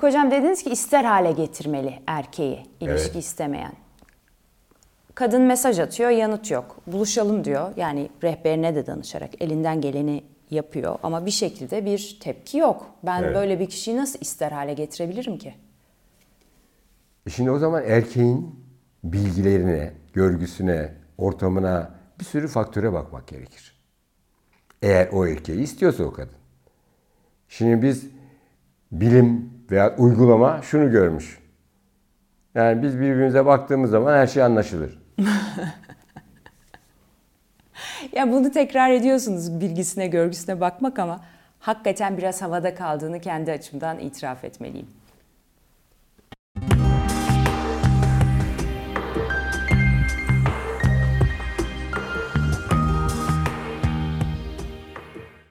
Haluk Hocam dediniz ki ister hale getirmeli erkeği, ilişki Evet. istemeyen. Kadın mesaj atıyor, yanıt yok. Buluşalım diyor. Yani rehberine de danışarak elinden geleni yapıyor. Ama bir şekilde bir tepki yok. Ben Evet. böyle bir kişiyi nasıl ister hale getirebilirim ki? Şimdi o zaman erkeğin bilgilerine, görgüsüne, ortamına, bir sürü faktöre bakmak gerekir. Eğer o erkeği istiyorsa o kadın. Şimdi biz bilim veya uygulama şunu görmüş. Yani biz birbirimize baktığımız zaman her şey anlaşılır. Ya bunu tekrar ediyorsunuz bilgisine, görgüsüne bakmak ama hakikaten biraz havada kaldığını kendi açımdan itiraf etmeliyim.